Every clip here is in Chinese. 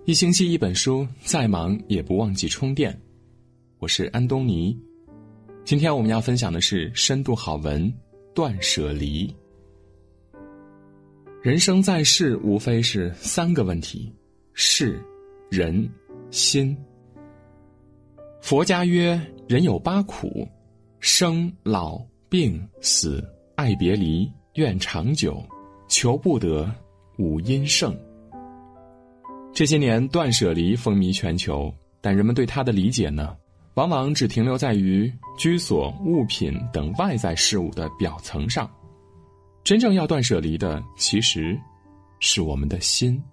一星期一本书，再忙也不忘记充电。我是安东尼。今天我们要分享的是深度好文断舍离。人生在世无非是3个问题：事、人、心。佛家曰，人有8苦：生、老、病、死、爱别离、愿长久、求不得、五阴盛。这些年断舍离风靡全球，但人们对它的理解呢，往往只停留在于居所、物品等外在事物的表层上。真正要断舍离的，其实是我们的心。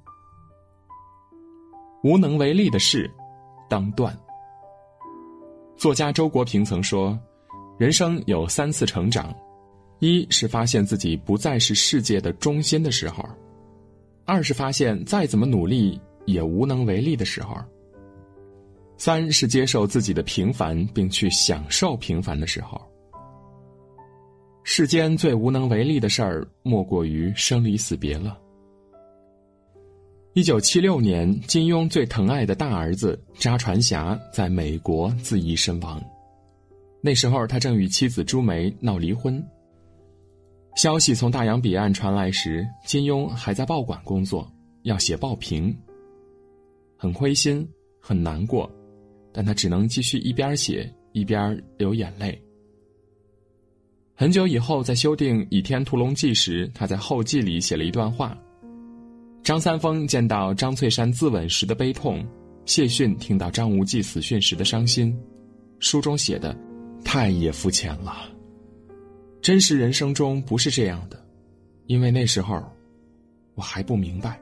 无能为力的事，当断。作家周国平曾说，人生有3次成长：一是发现自己不再是世界的中心的时候；2是发现再怎么努力也无能为力的时候；3是接受自己的平凡并去享受平凡的时候。世间最无能为力的事儿，莫过于生离死别了。1976年，金庸最疼爱的大儿子查传侠在美国自缢身亡。那时候他正与妻子朱梅闹离婚。消息从大洋彼岸传来时，金庸还在报馆工作，要写报评。很灰心，很难过，但他只能继续一边写一边流眼泪。很久以后，在修订《倚天屠龙记》时，他在后记里写了一段话：张三丰见到张翠山自刎时的悲痛，谢逊听到张无忌死讯时的伤心。书中写的太也肤浅了，真实人生中不是这样的，因为那时候我还不明白。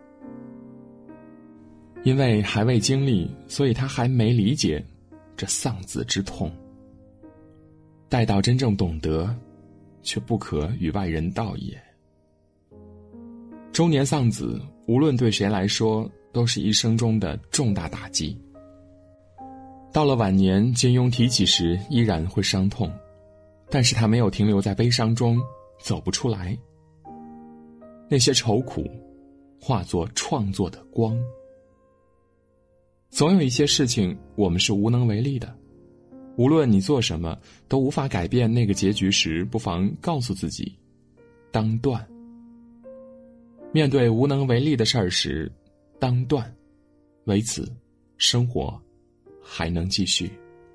因为还未经历，所以他还没理解这丧子之痛。待到真正懂得，却不可与外人道也。中年丧子，无论对谁来说，都是一生中的重大打击。到了晚年，金庸提起时依然会伤痛，但是他没有停留在悲伤中，走不出来。那些愁苦，化作创作的光。总有一些事情我们是无能为力的，无论你做什么都无法改变那个结局时，不妨告诉自己，当断。面对无能为力的事儿时，当断，为此生活还能继续。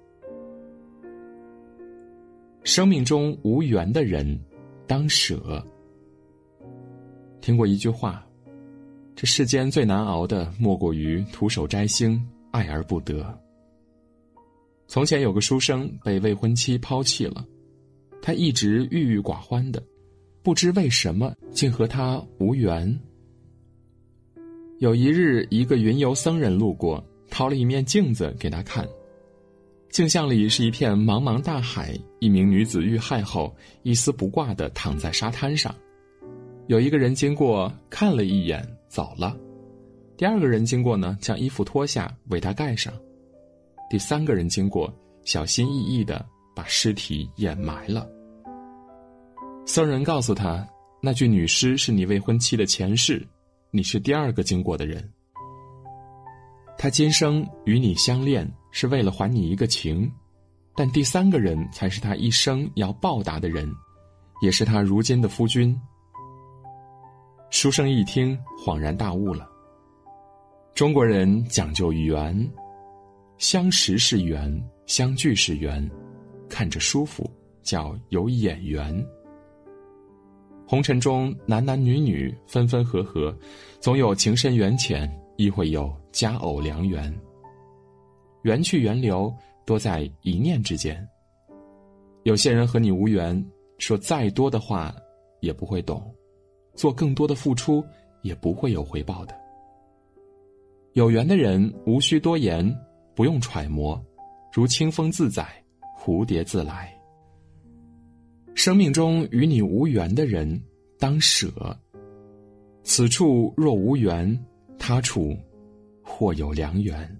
生命中无缘的人，当舍。听过一句话，这世间最难熬的，莫过于徒手摘星，爱而不得。从前有个书生被未婚妻抛弃了，他一直郁郁寡欢的，不知为什么竟和他无缘。有一日，一个云游僧人路过，掏了一面镜子给他看。镜像里是一片茫茫大海，一名女子遇害后一丝不挂地躺在沙滩上。有一个人经过，看了一眼走了。第2个人经过呢，将衣服脱下为他盖上。第3个人经过，小心翼翼地把尸体掩埋了。僧人告诉他，那具女尸是你未婚妻的前世，你是第2个经过的人。他今生与你相恋，是为了还你一个情，但第3个人才是他一生要报答的人，也是他如今的夫君。书生一听，恍然大悟了。中国人讲究缘，相识是缘，相聚是缘，看着舒服叫有眼缘。红尘中男男女女分分合合，总有情深缘浅，亦会有佳偶良缘。缘去缘留，多在一念之间。有些人和你无缘，说再多的话也不会懂，做更多的付出也不会有回报的。有缘的人无需多言，不用揣摩，如清风自在，蝴蝶自来。生命中与你无缘的人，当舍。此处若无缘，他处或有良缘。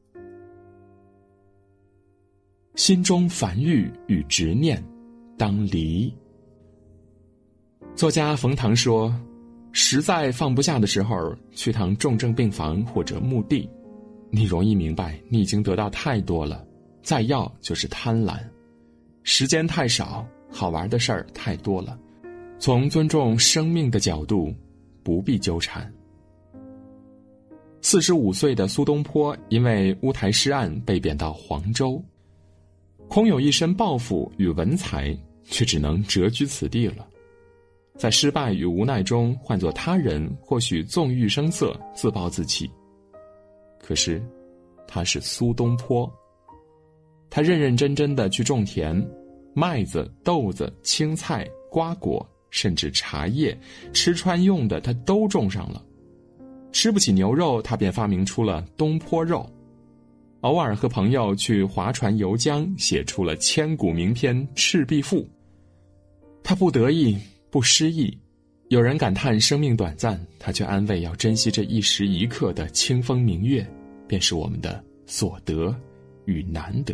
心中烦欲与执念，当离。作家冯唐说，实在放不下的时候，去趟重症病房或者墓地， 你容易明白你已经得到太多了，再要就是贪婪。时间太少，好玩的事儿太多了，从尊重生命的角度，不必纠缠。45岁的苏东坡因为乌台诗案被贬到黄州，空有一身抱负与文才，却只能谪居此地了。在失败与无奈中，换作他人或许纵欲声色，自暴自弃。可是他是苏东坡，他认认真真的去种田，麦子、豆子、青菜、瓜果，甚至茶叶，吃穿用的他都种上了。吃不起牛肉，他便发明出了东坡肉。偶尔和朋友去划船游江，写出了千古名篇《赤壁赋》。他不得意，不失意，有人感叹生命短暂，他却安慰要珍惜这一时一刻的清风明月，便是我们的所得与难得。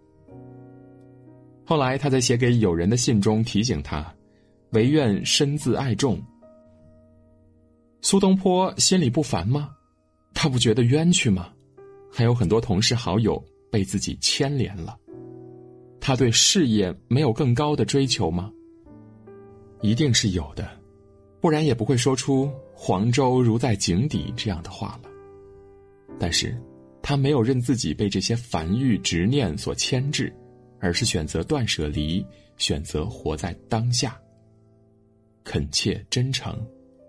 后来他在写给友人的信中提醒他，唯愿身自爱众。苏东坡心里不烦吗？他不觉得冤屈吗？还有很多同事好友被自己牵连了，他对事业没有更高的追求吗？一定是有的，不然也不会说出黄州如在井底这样的话了。但是他没有任自己被这些烦欲执念所牵制，而是选择断舍离，选择活在当下，恳切真诚。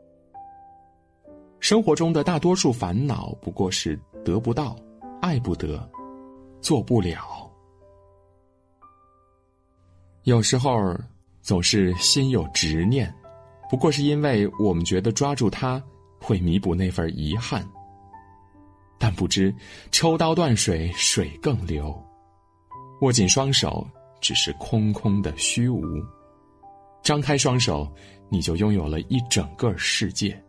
生活中的大多数烦恼不过是得不到，爱不得，做不了。有时候总是心有执念，不过是因为我们觉得抓住它会弥补那份遗憾。但不知抽刀断水，水更流。握紧双手，只是空空的虚无。张开双手，你就拥有了一整个世界。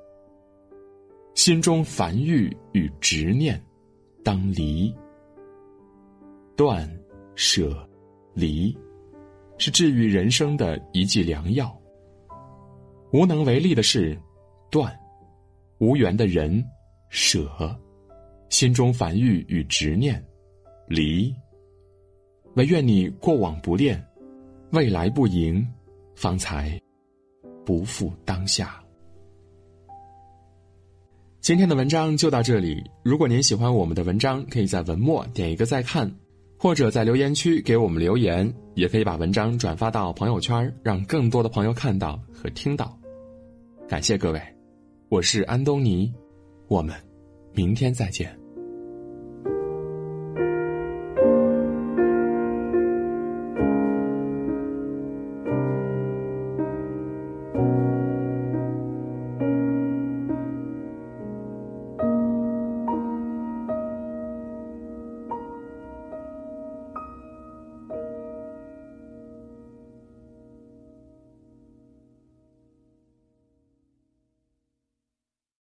心中烦欲与执念，当离。断、舍、离，是治愈人生的一剂良药。无能为力的事，断；无缘的人，舍；心中烦欲与执念，离。唯愿你过往不恋，未来不迎，方才不负当下。今天的文章就到这里，如果您喜欢我们的文章，可以在文末点一个再看，或者在留言区给我们留言，也可以把文章转发到朋友圈，让更多的朋友看到和听到。感谢各位，我是安东尼，我们明天再见。